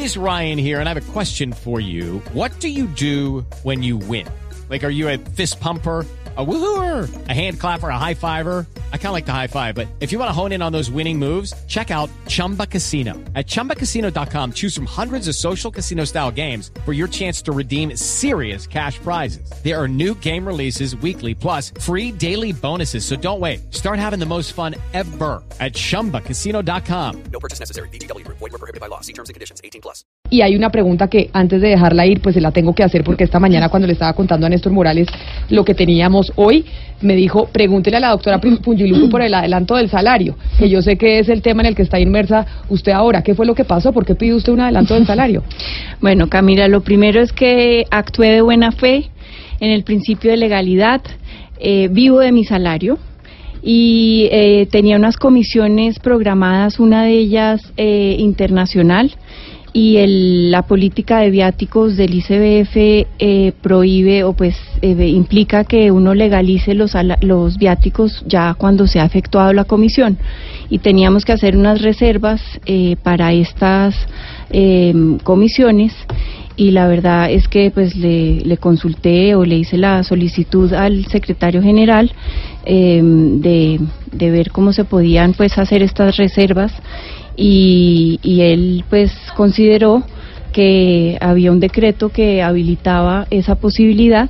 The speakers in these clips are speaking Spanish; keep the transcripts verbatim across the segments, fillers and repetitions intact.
is Ryan here, and I have a question for you. What do you do when you win? Like, are you a fist pumper, a woohooer, a hand clapper, a high fiver? I kind of like the high five, but if you want to hone in on those winning moves, check out Chumba Casino. At chumba casino dot com, choose from hundreds of social casino style games for your chance to redeem serious cash prizes. There are new game releases weekly, plus free daily bonuses. So don't wait. Start having the most fun ever at chumba casino dot com. No purchase necessary. V G W Group. Void where prohibited by law. See terms and conditions. eighteen plus. Y hay una pregunta que antes de dejarla ir, pues se la tengo que hacer porque esta mañana cuando le estaba contando a Néstor Morales lo que teníamos hoy, me dijo, pregúntele a la doctora Pungiluco por el adelanto del salario, que yo sé que es el tema en el que está inmersa usted ahora. ¿Qué fue lo que pasó? ¿Por qué pidió usted un adelanto del salario? Bueno, Camila, lo primero es que actué de buena fe en el principio de legalidad, eh, vivo de mi salario y eh, tenía unas comisiones programadas, una de ellas eh, internacional, y el, la política de viáticos del I C B F eh, prohíbe o pues eh, implica que uno legalice los, los viáticos ya cuando se ha efectuado la comisión, y teníamos que hacer unas reservas eh, para estas eh, comisiones, y la verdad es que pues le, le consulté o le hice la solicitud al secretario general eh, de, de ver cómo se podían pues hacer estas reservas. Y, y él pues consideró que había un decreto que habilitaba esa posibilidad,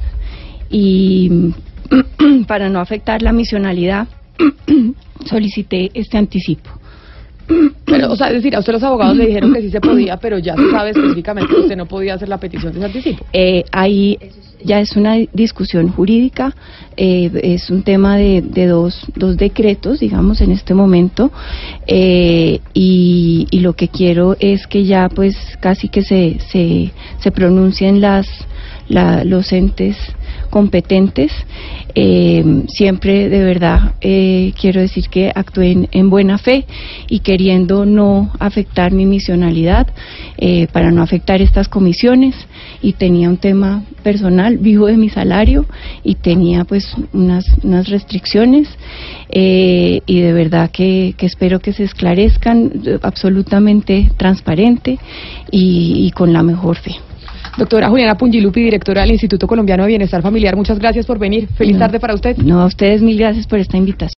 y para no afectar la misionalidad solicité este anticipo. Pero, o sea, es decir, a usted los abogados le dijeron que sí se podía, pero ya se sabe específicamente que usted no podía hacer la petición de ese anticipo. Eh, ahí ya es una discusión jurídica, eh, es un tema de, de dos, dos decretos, digamos, en este momento, eh, y, y lo que quiero es que ya, pues, casi que se, se, se pronuncien las, la, los entes competentes. Eh, siempre de verdad eh, quiero decir que actué en, en buena fe y queriendo no afectar mi misionalidad, eh, para no afectar estas comisiones, y tenía un tema personal, vivo de mi salario y tenía pues unas, unas restricciones, eh, y de verdad que, que espero que se esclarezcan, absolutamente transparente y, y con la mejor fe. Doctora Juliana Pungilupi, directora del Instituto Colombiano de Bienestar Familiar, muchas gracias por venir. Feliz no, tarde para usted. No, a ustedes mil gracias por esta invitación.